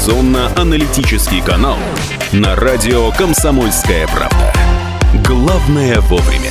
информационно-аналитический канал на радио «Комсомольская правда». Главное вовремя.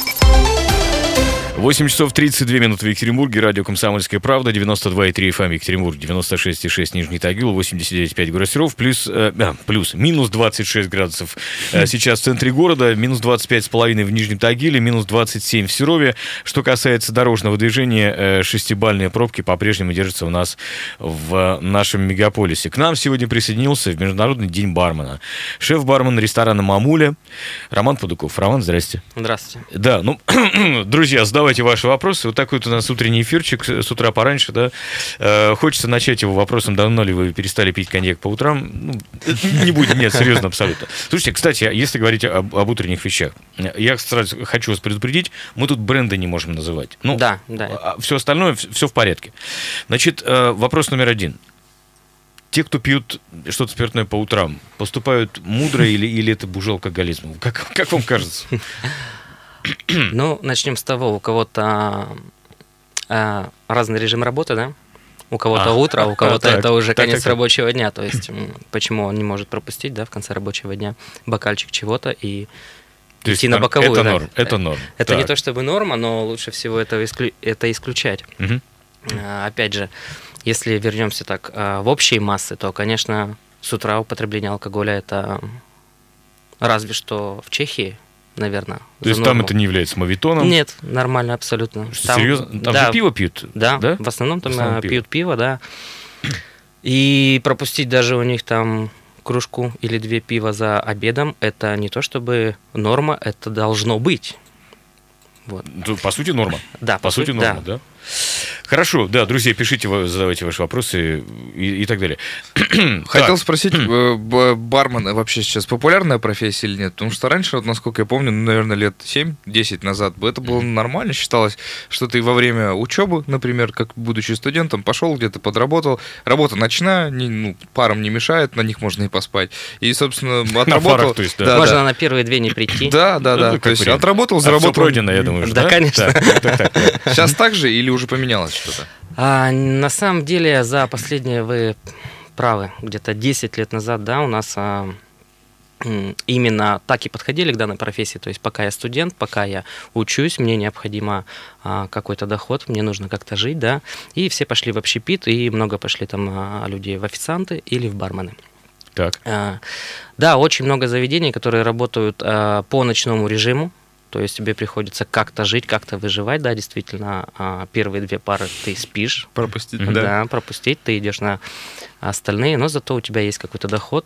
8 часов 32 минуты в Екатеринбурге. Радио «Комсомольская правда». 92,3 FM Екатеринбург, 96,6 Нижний Тагил, 89,5 город Серов, плюс минус 26 градусов сейчас в центре города, минус 25,5 в Нижнем Тагиле, минус 27 в Серове. Что касается дорожного движения, шестибалльные пробки по-прежнему держатся у нас в нашем мегаполисе. К нам сегодня присоединился в Международный день бармена шеф-бармен ресторана «Мамуля» Роман Пудуков. Роман, здрасте. Здравствуйте. Да, друзья, задавайте ваши вопросы. Вот такой вот у нас утренний эфирчик с утра пораньше, да. Хочется начать его вопросом, давно ли вы перестали пить коньяк по утрам. Не будем, нет, серьезно, абсолютно. Слушайте, кстати, если говорить об утренних вещах, я сразу хочу вас предупредить, мы тут бренды не можем называть. Да. Все остальное, все в порядке. Значит, вопрос номер один. Те, кто пьют что-то спиртное по утрам, поступают мудро или это уже алкоголизм? Как вам кажется? Начнем с того, у кого-то разный режим работы, да? У кого-то утро, а у кого-то это уже конец рабочего дня. То есть, почему он не может пропустить, да, в конце рабочего дня бокальчик чего-то и идти на боковую. Это норм. Это норм. Это не то чтобы норма, но лучше всего это исключать. Угу. Опять же, если вернемся так в общие массы, то, конечно, с утра употребление алкоголя это разве что в Чехии, наверное. То есть там это не является мавитоном? Нет, нормально абсолютно. Серьезно? Там же пиво пьют? Да, в основном там пьют пиво, да. И пропустить даже у них там кружку или две пива за обедом, это не то чтобы норма, это должно быть. Вот. По сути, норма. Да, по сути, норма, да. Хорошо, да, друзья, пишите, задавайте ваши вопросы и так далее. Хотел спросить, бармен вообще сейчас популярная профессия или нет? Потому что раньше, насколько я помню, наверное, лет 7-10 назад, это было нормально, считалось, что ты во время учебы, например, как будучи студентом, пошел где-то подработал, работа ночная, парам не мешает, на них можно и поспать. И, собственно, отработал... Можно на первые две не прийти. Да. То есть отработал, заработал... Все пройдено, я думаю. Да, конечно. Сейчас так же или уже поменялось что-то? На самом деле, за последние, вы правы, где-то 10 лет назад, да, у нас именно так и подходили к данной профессии. То есть пока я студент, пока я учусь, мне необходимо какой-то доход, мне нужно как-то жить, да. И все пошли в общепит, и много пошли там людей в официанты или в бармены. Так. Да, очень много заведений, которые работают по ночному режиму. То есть тебе приходится как-то жить, как-то выживать, да, действительно, первые две пары ты спишь. Пропустить, да. Пропустить, ты идешь на остальные, но зато у тебя есть какой-то доход.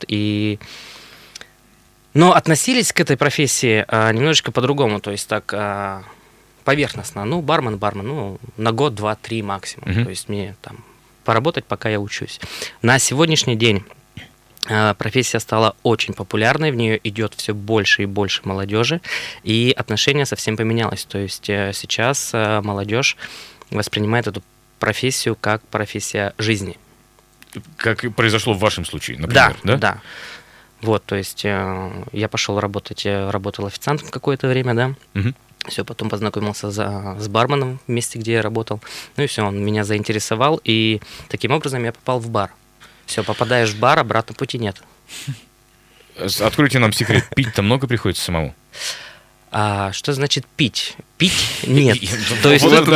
Но относились к этой профессии немножечко по-другому, то есть так поверхностно. Бармен, на год, два, три максимум. То есть мне там поработать, пока я учусь. На сегодняшний день профессия стала очень популярной, в нее идет все больше и больше молодежи, и отношение совсем поменялось. То есть сейчас молодежь воспринимает эту профессию как профессия жизни. Как и произошло в вашем случае, например, да? Да. Вот, то есть я пошел работать, работал официантом какое-то время, да. Угу. Все, потом познакомился с барменом в месте, где я работал. И все, он меня заинтересовал, и таким образом я попал в бар. Все, попадаешь в бар, обратно пути нет. Откройте нам секрет. Пить-то много приходится самому? Что значит пить? Пить нет. То есть тут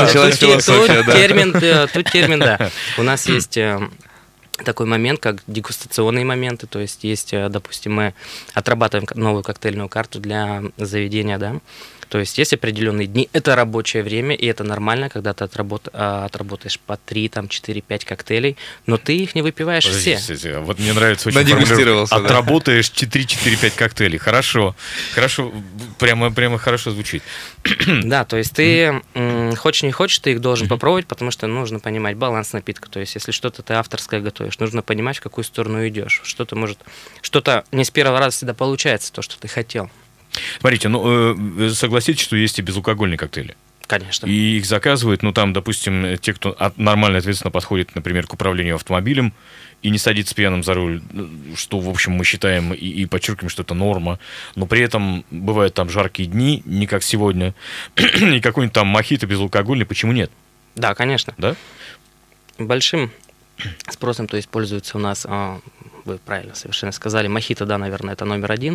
термин, да. У нас есть такой момент, как дегустационные моменты. То есть, допустим, мы отрабатываем новую коктейльную карту для заведения, да. То есть есть определенные дни, это рабочее время, и это нормально, когда ты отработаешь по 3, 4, 5 коктейлей, но ты их не выпиваешь все. Вот мне нравится очень формулировка. Отработаешь 4-5 коктейлей. Хорошо, прямо хорошо звучит. Да, то есть ты хочешь не хочешь, ты их должен попробовать, потому что нужно понимать баланс напитка. То есть если что-то ты авторское готовишь, нужно понимать, в какую сторону идешь. Что-то не с первого раза всегда получается, то, что ты хотел. Смотрите, согласитесь, что есть и безалкогольные коктейли. Конечно. И их заказывают, допустим, те, кто нормально, ответственно подходит, например, к управлению автомобилем и не садится пьяным за руль, что, в общем, мы считаем и подчеркиваем, что это норма, но при этом бывают там жаркие дни, не как сегодня, и какой-нибудь там мохито безалкогольный, почему нет? Да, конечно. Да? Большим спросом, то есть пользуются у нас, вы правильно совершенно сказали, мохито, да, наверное, это номер один.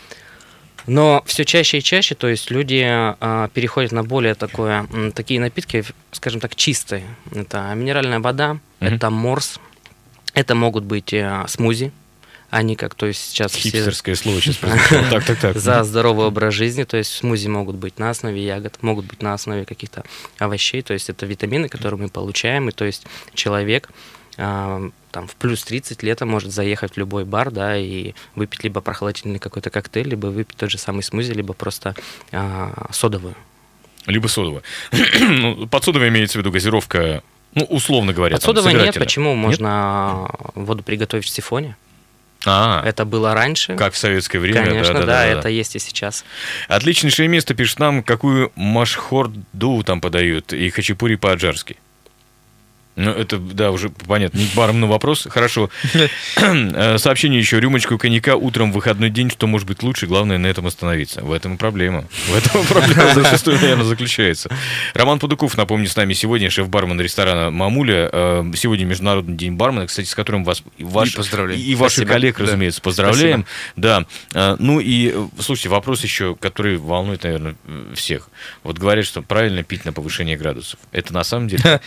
Но все чаще и чаще, то есть люди переходят на более такие напитки, скажем так, чистые. Это минеральная вода, это морс, это могут быть смузи. Они как, то есть сейчас хипстерское слово сейчас прозвучало. Так. За здоровый образ жизни, то есть смузи могут быть на основе ягод, могут быть на основе каких-то овощей, то есть это витамины, которые мы получаем, и то есть человек там в плюс 30 летом может заехать в любой бар, да, и выпить либо прохладительный какой-то коктейль, либо выпить тот же самый смузи, либо просто содовую. Либо содовую. Под содовой имеется в виду газировка, условно говоря. Под содовой нет, почему? Можно воду приготовить в сифоне. Это было раньше. Как в советское время. Конечно, да, это есть и сейчас. Отличнейшее место пишет нам, какую машхорду там подают, и хачапури по-аджарски. Это, да, уже понятно, не к барам, но вопрос. Хорошо. Сообщение еще. Рюмочку коньяка утром в выходной день, что может быть лучше, главное на этом остановиться. В этом и проблема. В этом проблема зачастую, наверное, заключается. Роман Пудуков, напомню, с нами сегодня, шеф-бармен ресторана «Мамуля». Сегодня Международный день бармена, кстати, с которым вас и ваших коллег, разумеется, поздравляем. Да. Ну и, слушайте, вопрос еще, который волнует, наверное, всех. Вот говорят, что правильно пить на повышение градусов. Это на самом деле...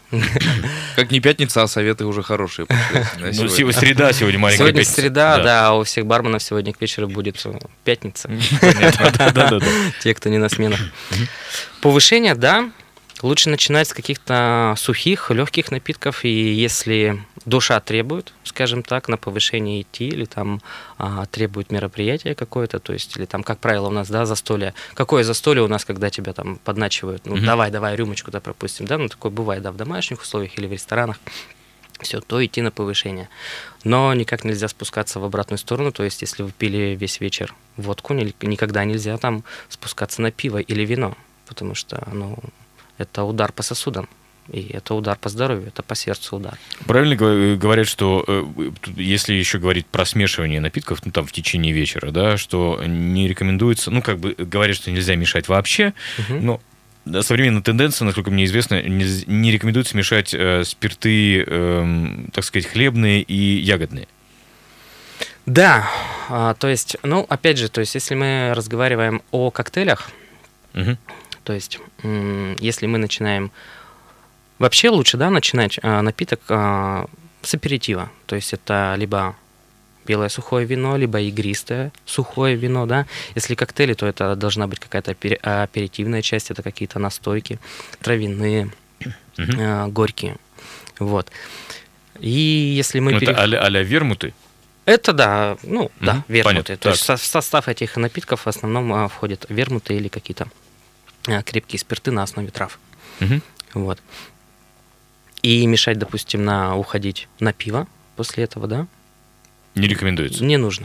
Как не пятница, а советы уже хорошие пошли. Ну, среда сегодня, маленькая сегодня пятница. Среда, да, а у всех барменов сегодня к вечеру будет пятница. Да. Те, кто не на сменах. Повышение, да. Лучше начинать с каких-то сухих, легких напитков, и если душа требует, скажем так, на повышение идти, или там требует мероприятие какое-то, то есть, или там, как правило, у нас, да, застолье. Какое застолье у нас, когда тебя там подначивают? Ну, давай, рюмочку-то пропустим, да, ну, такое бывает, да, в домашних условиях или в ресторанах. Все, то идти на повышение. Но никак нельзя спускаться в обратную сторону, то есть, если вы пили весь вечер водку, никогда нельзя там спускаться на пиво или вино, потому что, это удар по сосудам, и это удар по здоровью, это по сердцу удар. Правильно говорят, что если еще говорить про смешивание напитков, там в течение вечера, да, что не рекомендуется, говорят, что нельзя мешать вообще, но современная тенденция, насколько мне известно, не рекомендуется мешать спирты, так сказать, хлебные и ягодные. Да, то есть, опять же, то есть, если мы разговариваем о коктейлях, то есть, если мы начинаем... Вообще лучше, да, начинать напиток с аперитива. То есть, это либо белое сухое вино, либо игристое сухое вино, да. Если коктейли, то это должна быть какая-то аперитивная часть, это какие-то настойки травяные, горькие. Вот. И если мы... Это а-ля вермуты? Это да, да, вермуты. Понятно. То есть, в состав этих напитков в основном входят вермуты или какие-то крепкие спирты на основе трав. Вот. И мешать, допустим, уходить на пиво после этого, да? Не рекомендуется? Не нужно.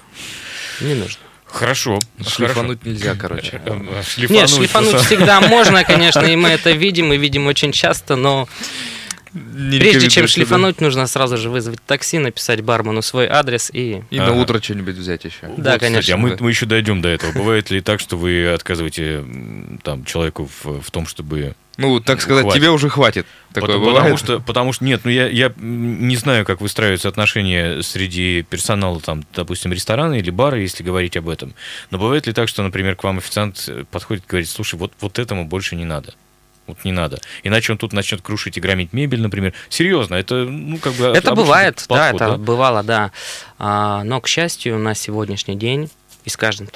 Хорошо. Шлифануть нельзя, короче. Нет, шлифануть всегда можно, конечно, и мы это видим, и видим очень часто, но прежде чем шлифануть, нужно сразу же вызвать такси, написать бармену свой адрес и на утро что-нибудь взять еще. Да, конечно. Кстати, мы еще дойдем до этого. Бывает ли так, что вы отказываете человеку в том, чтобы... так сказать, тебе уже хватит. Такое бывает? Потому что нет, я не знаю, как выстраиваются отношения среди персонала, там, допустим, ресторана или бара, если говорить об этом. Но бывает ли так, что, например, к вам официант подходит и говорит: слушай, вот этому больше не надо. Вот не надо. Иначе он тут начнет крушить и громить мебель, например. Серьезно, это, это бывает, подход, да, это бывало, да. Но, к счастью, на сегодняшний день, и с каждым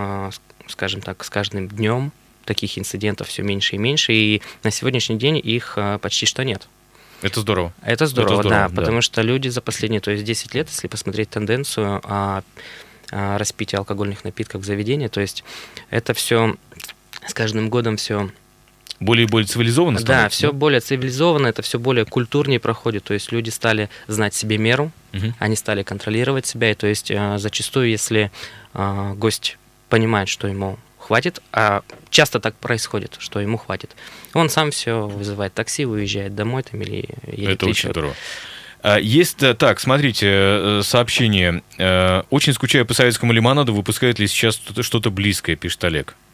днем таких инцидентов все меньше и меньше, и на сегодняшний день их почти что нет. Это здорово. Это здорово, да, потому что люди за последние, 10 лет, если посмотреть тенденцию распития алкогольных напитков в заведении, то есть это все с каждым годом все... Более и более цивилизованно становится? Да, все более цивилизованно, это все более культурнее проходит, то есть люди стали знать себе меру, они стали контролировать себя, и то есть зачастую, если гость понимает, что ему хватит, а часто так происходит, что ему хватит, он сам все вызывает такси, уезжает домой там, или едет. Это очень здорово. Есть, так, смотрите, сообщение. Очень скучаю по советскому лимонаду, выпускают ли сейчас что-то близкое, пишет Олег.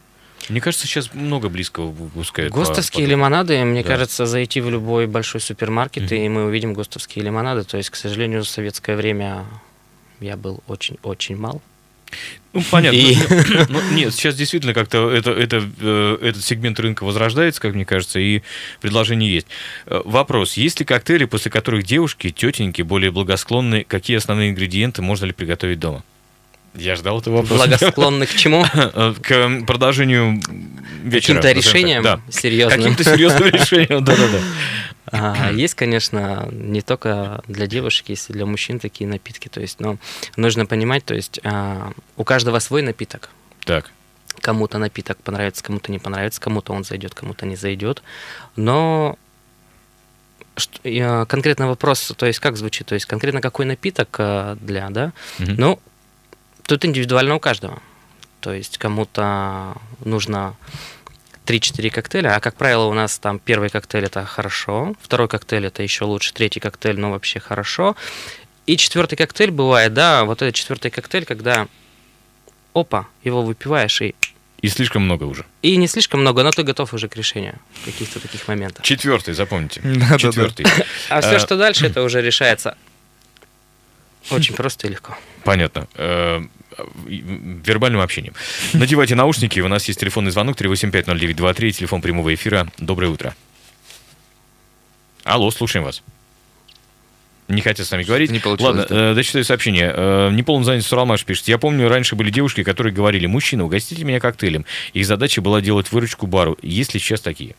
Мне кажется, сейчас много близкого выпускают. ГОСТовские лимонады, мне Да. кажется, зайти в любой большой супермаркет, и мы увидим ГОСТовские лимонады. То есть, к сожалению, в советское время я был очень-очень мал. Ну, понятно. И- Ну, нет, сейчас действительно как-то этот сегмент рынка возрождается, как мне кажется, и предложение есть. Вопрос. Есть ли коктейли, после которых девушки, тетеньки, более благосклонны? Какие основные ингредиенты можно ли приготовить дома? Я ждал этого вопроса. Благосклонны к чему? К продолжению вечера. Каким-то назовем так. решением Да. серьезным. Каким-то серьезным решением, да-да-да. Есть, конечно, не только для девушек, есть и для мужчин такие напитки. То есть, но нужно понимать, то есть у каждого свой напиток. Так. Кому-то напиток понравится, кому-то не понравится, кому-то он зайдет, кому-то не зайдет. Но конкретно вопрос, то есть как звучит, то есть конкретно какой напиток для, да? Мгм. Ну, тут индивидуально у каждого. То есть кому-то нужно 3-4 коктейля, а как правило у нас там первый коктейль это хорошо, второй коктейль это еще лучше, третий коктейль, ну вообще хорошо. И четвертый коктейль бывает, да, вот этот четвертый коктейль, когда опа, его выпиваешь И слишком много уже. и не слишком много, но ты готов уже к решению в каких-то таких моментах. Четвертый, запомните. Да-да-да. Четвертый. А все, что дальше, это уже решается очень просто и легко. Понятно. Вербальным общением. Надевайте наушники. У нас есть телефонный звонок 3850923, телефон прямого эфира. Доброе утро. Алло, слушаем вас. Не хотят с нами говорить. Не получилось, Ладно, дочитаю сообщение. Неполный занят Суралмаш пишет. Я помню, раньше были девушки, которые говорили: мужчина, угостите меня коктейлем. Их задача была делать выручку бару. Есть ли сейчас такие?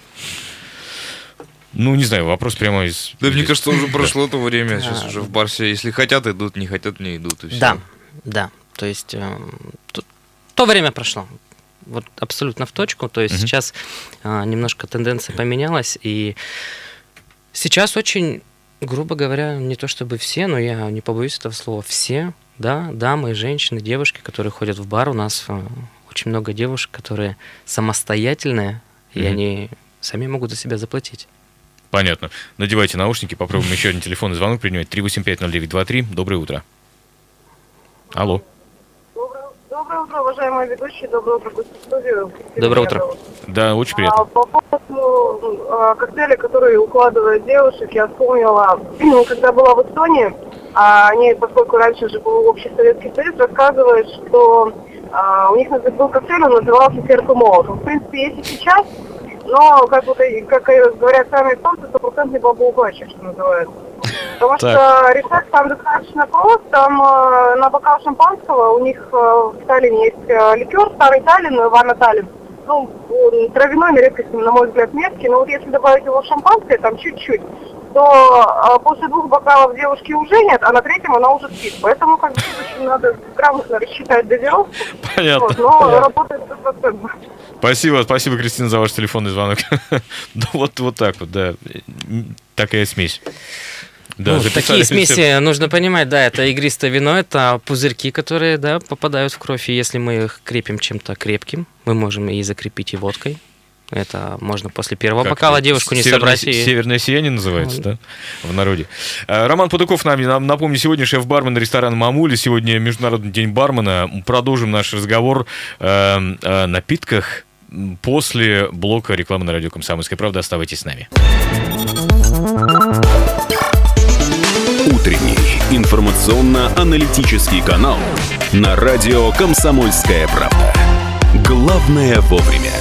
Ну, не знаю, вопрос прямо из... Да, мне кажется, уже прошло то время. Да. Сейчас уже в бар все, если хотят, идут, не хотят, не идут. И все. Да, да. То есть то время прошло. Вот абсолютно в точку. То есть Мгм. сейчас немножко тенденция поменялась. И сейчас очень, грубо говоря, не то чтобы все, но я не побоюсь этого слова, все, да, дамы, женщины, девушки, которые ходят в бар. У нас очень много девушек, которые самостоятельные, и Мгм. они сами могут за себя заплатить. Понятно. Надевайте наушники, попробуем еще один телефонный звонок принимать. 3850923. Доброе утро. Алло. Доброе утро, уважаемые ведущие. Доброе утро, гости в студию. Доброе утро. Да, очень приятно. По поводу коктейля, который укладывают девушек, я вспомнила, когда была в Эстонии, они, поскольку раньше же был общий Советский Союз, рассказывают, что у них был коктейль, он назывался «Сердце молот». В принципе, есть и сейчас, но, как говорят сами эстонцы, 100% бабоубачик, что называется. Потому что рецепт там достаточно прост, там на бокал шампанского у них в Таллине есть ликер, старый Таллин, Ванна Таллин. Ну, он травяной, на редкость, на мой взгляд, мерзкий, но вот если добавить его в шампанское, там чуть-чуть, то после 2 бокалов девушки уже нет, а на 3-м она уже спит. Поэтому, как бы, тут очень надо грамотно рассчитать дозировку. Понятно. Вот, но работает 100%. Спасибо, Кристина, за ваш телефонный звонок. Да, вот так вот, да. Такая смесь. Да, Ну, записали такие рецепт. смеси, нужно понимать, да, это игристое вино, это пузырьки, которые, да, попадают в кровь, и если мы их крепим чем-то крепким, мы можем и закрепить и водкой. Это можно после первого Как бокала это? девушку не Северное- собрать. И... Северное сияние называется, да, в народе. Роман Падуков нам, напомню, сегодня шеф-бармен ресторана «Мамуля». Сегодня Международный день бармена. Продолжим наш разговор о напитках после блока рекламы на радио «Комсомольская правда». Оставайтесь с нами. Утренний информационно-аналитический канал на радио «Комсомольская правда». Главное вовремя.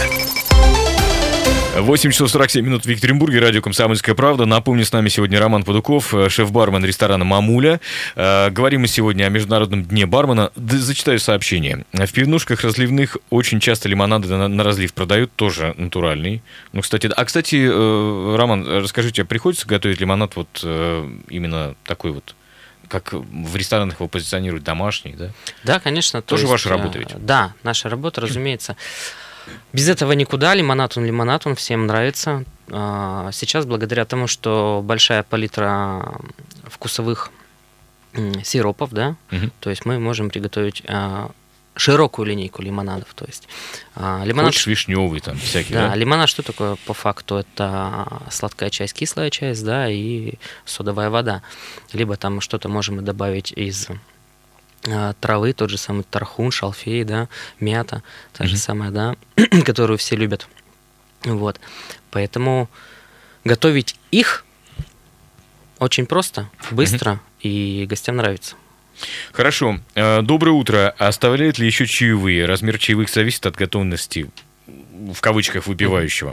8 часов 47 минут в Екатеринбурге, радио «Комсомольская правда». Напомню, с нами сегодня Роман Падуков, шеф-бармен ресторана «Мамуля». Говорим мы сегодня о Международном дне бармена. Зачитаю сообщение. В пивнушках разливных очень часто лимонады на разлив продают, тоже натуральный. Ну, кстати, Роман, расскажите, приходится готовить лимонад вот именно такой вот, как в ресторанах его позиционируют, домашний, да? Да, конечно. Тоже есть, ваша работа ведь? Да, наша работа, разумеется. Без этого никуда. Лимонад, он всем нравится. Сейчас, благодаря тому, что большая палитра вкусовых сиропов, да, Мгм. то есть мы можем приготовить широкую линейку лимонадов. То есть лимонад... Хочешь вишневый там всякий, Да, да? лимонад что такое по факту? Это сладкая часть, кислая часть, да, и содовая вода. Либо там что-то можем и добавить из травы, тот же самый тархун, шалфей, да, мята, та же самая, да, которую все любят. Вот. Поэтому готовить их очень просто, быстро, и гостям нравится. Хорошо. Доброе утро. Оставляют ли еще чаевые? Размер чаевых зависит от готовности, в кавычках, выпивающего.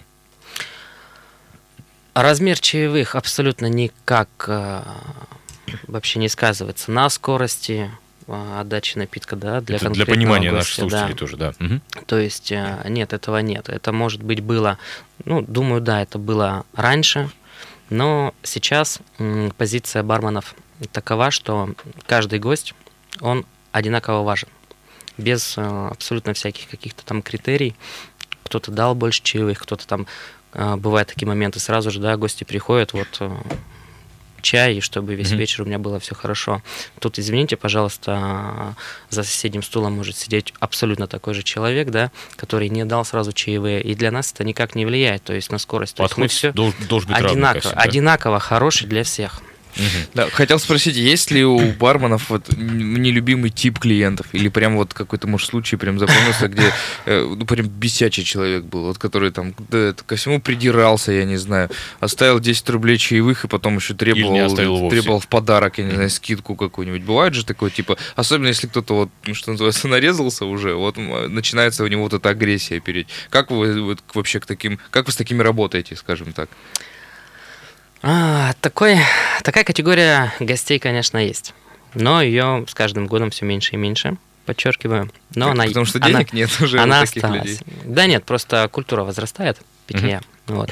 Размер чаевых абсолютно никак вообще не сказывается на скорости отдачи напитка, да, для Это конкретного для понимания гостя, наших слушателей да. тоже, да. Мгм. То есть нет, этого нет. Это, может быть, было, ну, думаю, да, это было раньше, но сейчас позиция барменов такова, что каждый гость, он одинаково важен, без абсолютно всяких каких-то там критерий. Кто-то дал больше чаевых, кто-то там, бывают такие моменты, сразу же, да, гости приходят, вот чай, и чтобы весь вечер у меня было все хорошо. Тут, извините, пожалуйста, за соседним стулом может сидеть абсолютно такой же человек, да, который не дал сразу чаевые, и для нас это никак не влияет, то есть на скорость. То есть мы все должен быть равный ко всем, да? одинаково хороший для всех. Да, хотел спросить, есть ли у барменов вот нелюбимый тип клиентов? Или прям вот какой-то, может, случай прям запомнился, где ну, прям бесячий человек был, вот который там ко всему придирался, я не знаю, оставил 10 рублей чаевых и потом еще требовал в подарок, я не знаю, скидку какую-нибудь. Бывает же такое, типа, особенно если кто-то вот, что называется, нарезался уже, вот начинается у него вот эта агрессия перед. Как вы вот, вообще как вы с такими работаете, скажем так? Такая категория гостей, конечно, есть. Но ее с каждым годом все меньше и меньше, подчеркиваю. Но потому что денег нет уже у таких людей. Да нет, просто культура возрастает, питья. Вот.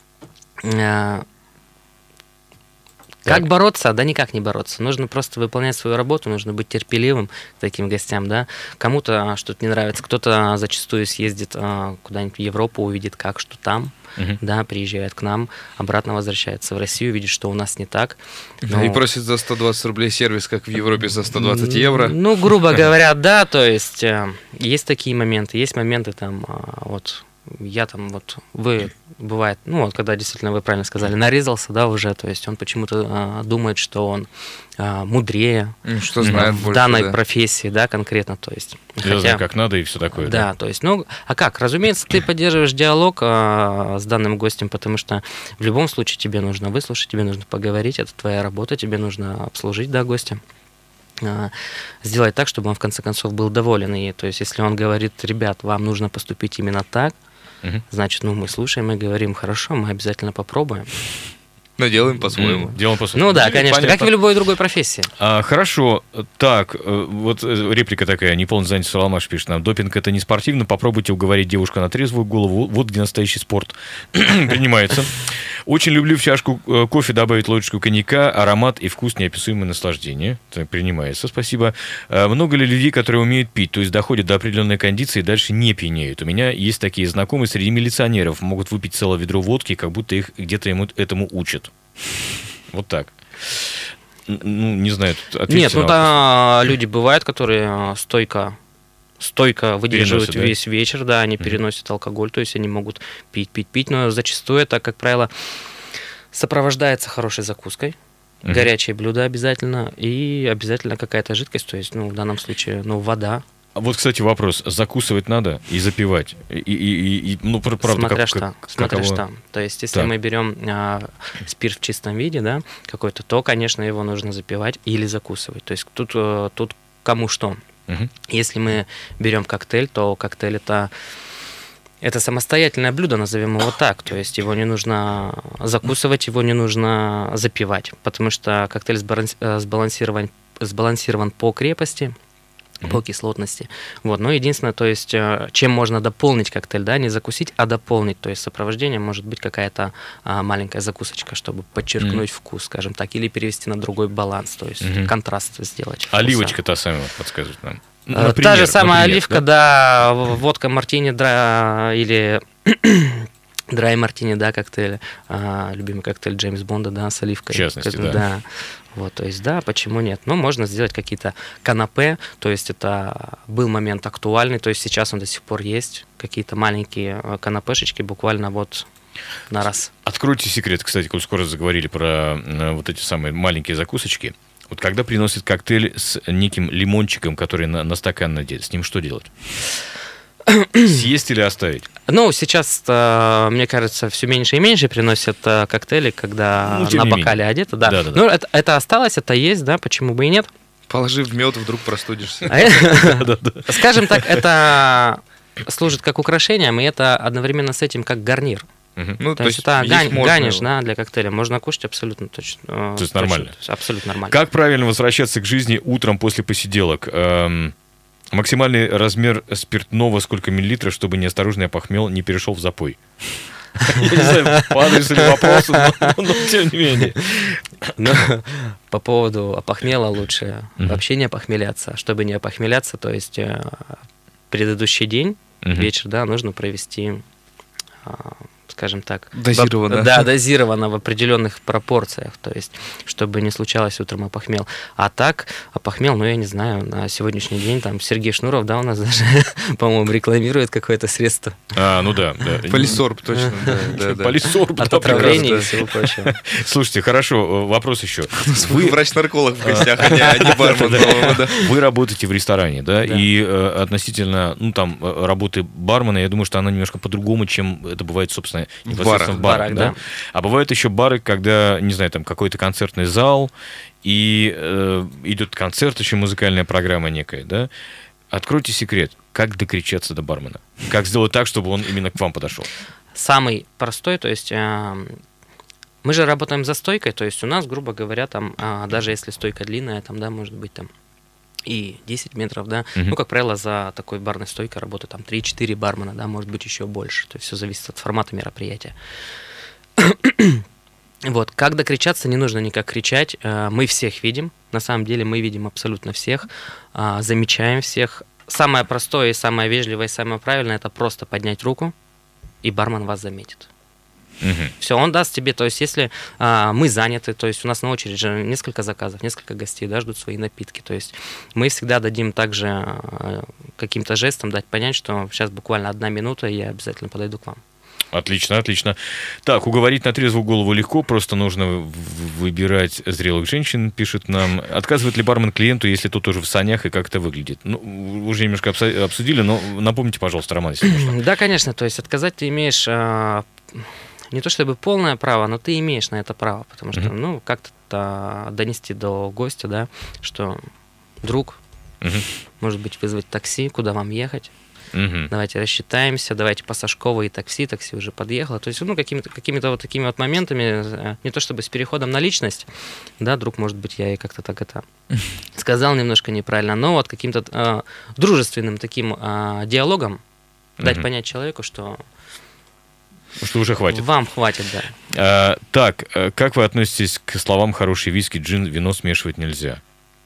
Как бороться? Да никак не бороться. Нужно просто выполнять свою работу, нужно быть терпеливым к таким гостям, да. Кому-то что-то не нравится, кто-то зачастую съездит куда-нибудь в Европу, увидит, как, что там, да, приезжает к нам, обратно возвращается в Россию, видит, что у нас не так. И просит за 120 рублей сервис, как в Европе, за 120 евро. Ну, грубо говоря, да, то есть есть такие моменты, есть моменты там, вот, я там вот, бывает, ну вот, когда действительно вы правильно сказали, нарезался, да, уже, то есть он почему-то думает, что он мудрее, что знает в больше, данной профессии, да, конкретно, то есть. Я знаю, как надо и все такое. Да, то есть, ну, а как? Разумеется, ты поддерживаешь диалог с данным гостем, потому что в любом случае тебе нужно выслушать, тебе нужно поговорить, это твоя работа, тебе нужно обслужить, да, гостя. Сделать так, чтобы он в конце концов был доволен. И то есть, если он говорит, ребят, вам нужно поступить именно так, значит, ну, мы слушаем и говорим, хорошо, мы обязательно попробуем. Но делаем по-своему. Ну да, конечно, как и в любой другой профессии. Хорошо, так, вот реплика такая, неполный занятый Саламаш пишет нам, допинг это не спортивно, попробуйте уговорить девушку на трезвую голову, вот где настоящий спорт. Принимается. Очень люблю в чашку кофе добавить ложечку коньяка, аромат и вкус неописуемое наслаждение. Так, принимается, спасибо. Много ли людей, которые умеют пить, то есть доходят до определенной кондиции и дальше не пьянеют? У меня есть такие знакомые среди милиционеров, могут выпить целое ведро водки, как будто их где-то этому учат. Вот так. Ну, не знаю. Нет, ну да, люди бывают, которые стойко выдерживают весь вечер, да, они переносят алкоголь, то есть они могут пить, но зачастую это, как правило, сопровождается хорошей закуской, горячее блюдо обязательно, и обязательно какая-то жидкость, то есть, ну, в данном случае, ну, вода. Вот, кстати, вопрос. Закусывать надо и запивать? Ну, правда, Смотря что. То есть, если мы берем спирт в чистом виде, да, какой-то, то, конечно, его нужно запивать или закусывать. То есть, тут кому что. Если мы берем коктейль, то коктейль это самостоятельное блюдо, назовем его так. То есть, его не нужно закусывать, его не нужно запивать, потому что коктейль сбалансирован по крепости, по кислотности. Вот. Но единственное, то есть, чем можно дополнить коктейль, да, не закусить, а дополнить. То есть сопровождение может быть какая-то маленькая закусочка, чтобы подчеркнуть вкус, скажем так, или перевести на другой баланс, то есть контраст сделать. Оливочка та самая подсказывает нам. Та же самая оливка, да, водка мартини или драй мартини, да, коктейль, любимый коктейль Джеймс Бонда, да, с оливкой. В частности, да. Вот, то есть, да, почему нет? Ну, можно сделать какие-то канапе, то есть это был момент актуальный, то есть сейчас он до сих пор есть, какие-то маленькие канапешечки буквально вот на раз. Откройте секрет, кстати, коль скоро заговорили про вот эти самые маленькие закусочки. Вот когда приносят коктейль с неким лимончиком, который на стакан надет, с ним что делать? Съесть или оставить? Ну, сейчас, мне кажется, все меньше и меньше приносят коктейли, когда тем на не бокале менее. одеты. Да. Да-да-да. Ну, это осталось, это есть, да, почему бы и нет. Положи в мед, вдруг простудишься. Скажем так, это служит как украшением, и это одновременно с этим как гарнир. Ну, То есть это есть можно ганиш, его. да, для коктейля. Можно кушать абсолютно точно. То есть нормально? Абсолютно нормально. Как правильно возвращаться к жизни утром после посиделок? Максимальный размер спиртного, сколько миллилитров, чтобы неосторожный опохмел не перешел в запой? Я не знаю, по адресу или вопросу, но тем не менее. Но по поводу опохмела лучше вообще не опохмеляться. Чтобы не опохмеляться, то есть предыдущий день, вечер, да, нужно провести, скажем так... Дозированно. Да, дозированно в определенных пропорциях, то есть чтобы не случалось утром опохмел. А так, опохмел, ну, я не знаю, на сегодняшний день там Сергей Шнуров, да, у нас даже, по-моему, рекламирует какое-то средство. Ну да. Полисорб, точно. Да. Полисорб, От да, отравления и прекрасно. всего прочего. Слушайте, хорошо, вопрос еще. Вы врач-нарколог в гостях, а не бармен. Да. Вы работаете в ресторане, да, Да. и относительно, ну, там, работы бармена, я думаю, что она немножко по-другому, чем это бывает, собственно, непосредственно в барах, барах, да? да. А бывают еще бары, когда, не знаю, там, какой-то концертный зал, и идет концерт, еще музыкальная программа некая, да? Откройте секрет, как докричаться до бармена? Как сделать так, чтобы он именно к вам подошел? Самый простой, то есть мы же работаем за стойкой, то есть у нас, грубо говоря, там, даже если стойка длинная, там, да, может быть там и 10 метров, да, ну, как правило, за такой барной стойкой работают там 3-4 бармена, да, может быть еще больше, то есть все зависит от формата мероприятия. Вот, как докричаться, не нужно никак кричать, мы всех видим, на самом деле мы видим абсолютно всех, замечаем всех. Самое простое и самое вежливое и самое правильное — это просто поднять руку, и бармен вас заметит. Все, он даст тебе, то есть если мы заняты, то есть у нас на очереди же несколько заказов, несколько гостей, да, ждут свои напитки, то есть мы всегда дадим также каким-то жестом дать понять, что сейчас буквально 1 минута, и я обязательно подойду к вам. Отлично, отлично. Так, уговорить на трезвую голову легко, просто нужно выбирать зрелых женщин, пишет нам. Отказывает ли бармен клиенту, если тот уже в санях, и как это выглядит? Ну, уже немножко обсудили, но напомните, пожалуйста, Роман, если можно. Да, конечно, то есть отказать ты имеешь не то чтобы полное право, но ты имеешь на это право, потому что, ну, как-то донести до гостя, да, что друг, может быть, вызвать такси, куда вам ехать. Давайте рассчитаемся, давайте по Сашковой и такси уже подъехало. То есть, ну, какими-то вот такими вот моментами, не то чтобы с переходом на личность, да, друг, может быть, я и как-то так это сказал немножко неправильно, но вот каким-то дружественным таким диалогом дать понять человеку, что уже хватит. Вам хватит, да. Так, как вы относитесь к словам «хороший виски, джин, вино смешивать нельзя»?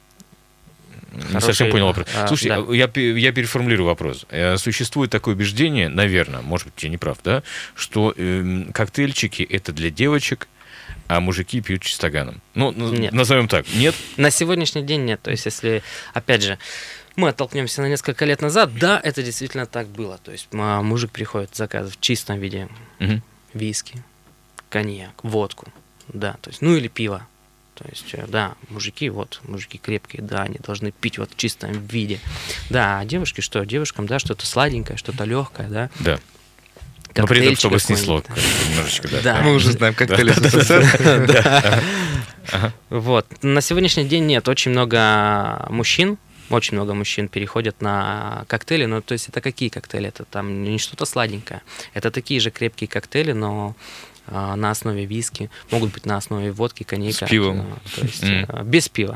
Не совсем понял вопрос. Слушайте, да. я переформулирую вопрос. Существует такое убеждение, наверное, может быть, я не прав, да, что коктейльчики — это для девочек, а мужики пьют чистоганом. Ну, назовем так. Нет? На сегодняшний день нет. То есть, если, опять же, мы оттолкнемся на несколько лет назад, да, это действительно так было. То есть, мужик приходит с заказом в чистом виде виски, коньяк, водку, да, то есть, ну или пиво. То есть, да, мужики крепкие, да, они должны пить вот в чистом виде. Да, а девушки что? Девушкам, да, что-то сладенькое, что-то легкое, да. Да. Но при этом, чтобы снесло немножечко, да. Да. Мы уже знаем коктейли СССР. Вот. На сегодняшний день нет. Очень много мужчин переходят на коктейли. Но то есть это какие коктейли? Это там не что-то сладенькое. Это такие же крепкие коктейли, но на основе виски, могут быть на основе водки, коньяка. С пивом. То есть, без пива.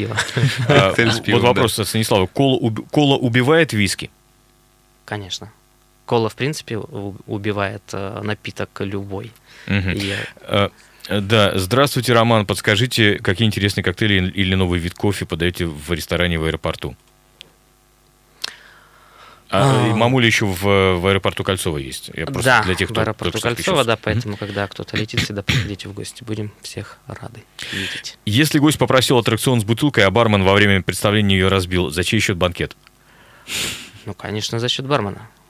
Вот вопрос от Станислава. Кола убивает виски? Конечно. Кола, в принципе, убивает напиток любой. Да, здравствуйте, Роман. Подскажите, какие интересные коктейли или новый вид кофе подаете в ресторане в аэропорту? Мамуля еще в аэропорту Кольцово есть. Я просто да, для тех, кто в аэропорту Кольцово, да, поэтому, когда кто-то летит, всегда приходите в гости. Будем всех рады видеть. Если гость попросил аттракцион с бутылкой, а бармен во время представления ее разбил, за чей счет банкет? Ну, конечно, за счет бармена.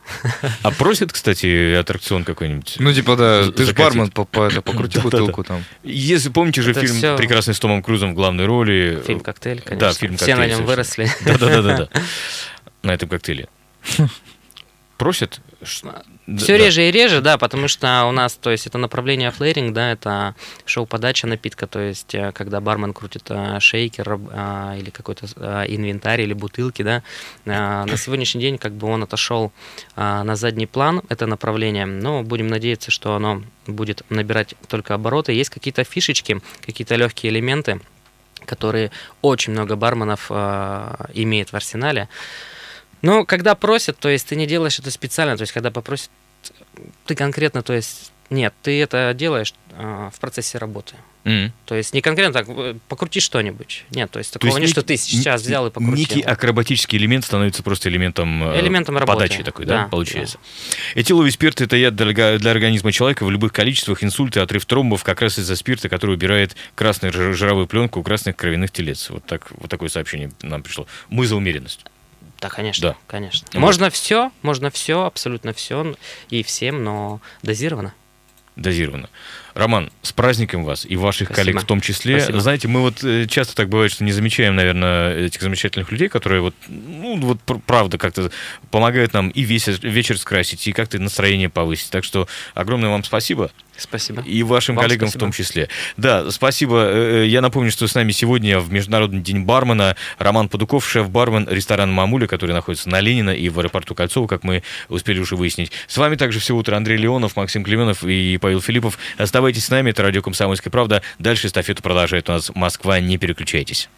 А просят, кстати, аттракцион какой-нибудь? Ну, типа, да, ты же закатить. бармен, покрути бутылку там. Если помните же Это фильм всё- прекрасный с Томом Крузом в главной роли. Фильм «Коктейль», конечно. Да, фильм Все на «Коктейль», нем совершенно. выросли. Да. На этом коктейле. Просят? Все реже и реже, да, потому что у нас, то есть, это направление флэринг, да, это шоу-подача напитка, то есть, когда бармен крутит шейкер или какой-то инвентарь или бутылки, да, на сегодняшний день как бы он отошел на задний план, это направление, но будем надеяться, что оно будет набирать только обороты. Есть какие-то фишечки, какие-то легкие элементы, которые очень много барменов имеет в арсенале. Но когда просят, то есть ты не делаешь это специально, то есть когда попросят, ты конкретно, то есть нет, ты это делаешь в процессе работы. То есть не конкретно так, покрути что-нибудь. Нет, то есть такого нет, что ты сейчас взял и покрутил. Некий акробатический элемент становится просто элементом работы. подачи такой, да, получается. Да. Этиловый спирт – это яд для организма человека в любых количествах, инсульты, отрыв тромбов как раз из-за спирта, который убирает красную жировую пленку у красных кровяных телец. Вот такое сообщение нам пришло. Мы за умеренность. Да, конечно, Да. конечно. Вот. Можно все, абсолютно все и всем, но дозировано. Дозировано. Роман, с праздником вас и ваших Спасибо. коллег в том числе. Спасибо. Знаете, мы вот часто так бывает, что не замечаем, наверное, этих замечательных людей, которые вот, правда как-то помогают нам и вечер скрасить, и как-то настроение повысить. Так что огромное вам спасибо. Спасибо. И вашим Вам коллегам спасибо. в том числе. Да, спасибо. Я напомню, что с нами сегодня в Международный день бармена Роман Падуков, шеф-бармен ресторана «Мамуля», который находится на Ленина и в аэропорту Кольцово, как мы успели уже выяснить. С вами также все утро Андрей Леонов, Максим Клеменов и Павел Филиппов. Оставайтесь с нами, это радио «Комсомольская правда». Дальше эстафету продолжает у нас Москва. Не переключайтесь.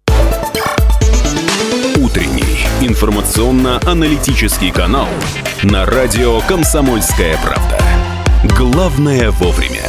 Утренний информационно-аналитический канал на радио «Комсомольская правда». Главное вовремя.